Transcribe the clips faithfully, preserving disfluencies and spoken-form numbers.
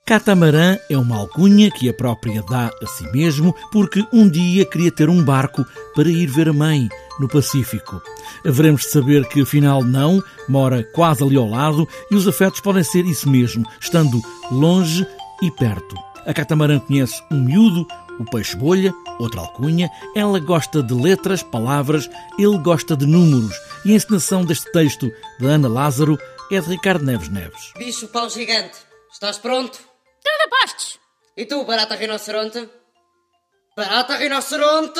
Catamarã é uma alcunha que a própria dá a si mesmo porque um dia queria ter um barco para ir ver a mãe no Pacífico. Haveremos de saber que afinal não, mora quase ali ao lado e os afetos podem ser isso mesmo, estando longe e perto. A Catamarã conhece um miúdo, o peixe-bolha, outra alcunha, ela gosta de letras, palavras, ele gosta de números e a encenação deste texto de Ana Lázaro é de Ricardo Neves Neves. Bicho pau gigante, estás pronto? Tudo a postos! E tu, barata rinoceronte? Barata rinoceronte?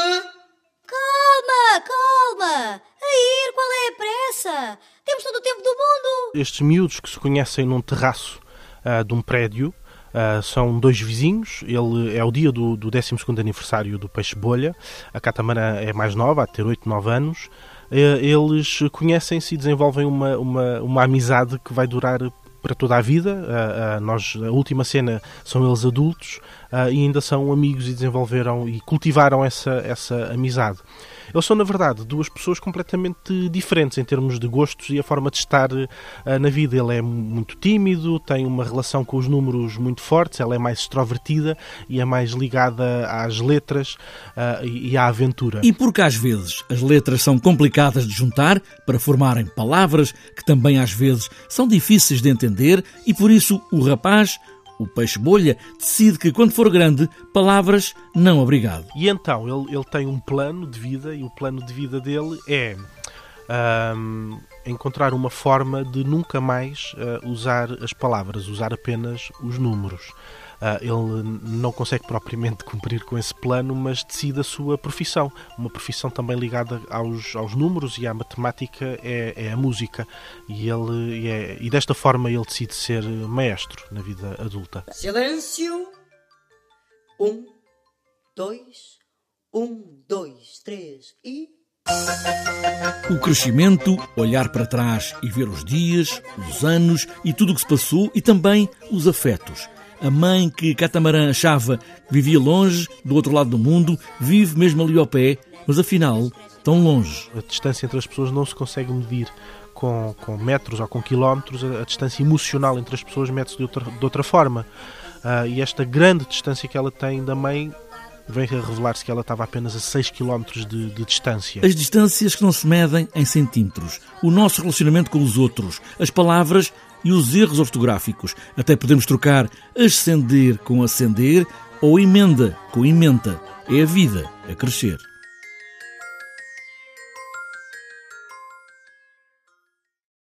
Calma, calma! A ir, qual é a pressa? Temos todo o tempo do mundo! Estes miúdos que se conhecem num terraço uh, de um prédio uh, são dois vizinhos. Ele é o dia do, do décimo segundo aniversário do Peixe-bolha. A Catamarã é mais nova, há de ter oito, nove anos. Uh, eles conhecem-se e desenvolvem uma, uma, uma amizade que vai durar para toda a vida. Uh, uh, nós, a última cena são eles adultos uh, e ainda são amigos e desenvolveram e cultivaram essa, essa amizade. Eles são, na verdade, duas pessoas completamente diferentes em termos de gostos e a forma de estar uh, na vida. Ele é muito tímido, tem uma relação com os números muito fortes, ela é mais extrovertida e é mais ligada às letras uh, e, e à aventura. E porque às vezes as letras são complicadas de juntar para formarem palavras que também às vezes são difíceis de entender e por isso o rapaz, o peixe-bolha, decide que quando for grande, palavras não obrigado. E então ele, ele tem um plano de vida e o plano de vida dele é um, encontrar uma forma de nunca mais uh, usar as palavras, usar apenas os números. Uh, ele não consegue propriamente cumprir com esse plano, mas decide a sua profissão. Uma profissão também ligada aos, aos números e à matemática é, é a música. E, ele, é, e desta forma ele decide ser maestro na vida adulta. Silêncio! Um, dois, um, dois, três e... O crescimento, olhar para trás e ver os dias, os anos e tudo o que se passou e também os afetos. A mãe que Catamarã achava que vivia longe, do outro lado do mundo, vive mesmo ali ao pé, mas afinal, tão longe. A distância entre as pessoas não se consegue medir com, com metros ou com quilómetros, a, a distância emocional entre as pessoas mede-se de outra, de outra forma. Uh, e esta grande distância que ela tem da mãe vem a revelar-se que ela estava apenas a seis quilómetros de, de distância. As distâncias que não se medem em centímetros, o nosso relacionamento com os outros, as palavras e os erros ortográficos. Até podemos trocar ascender com acender ou emenda com ementa. É a vida a crescer.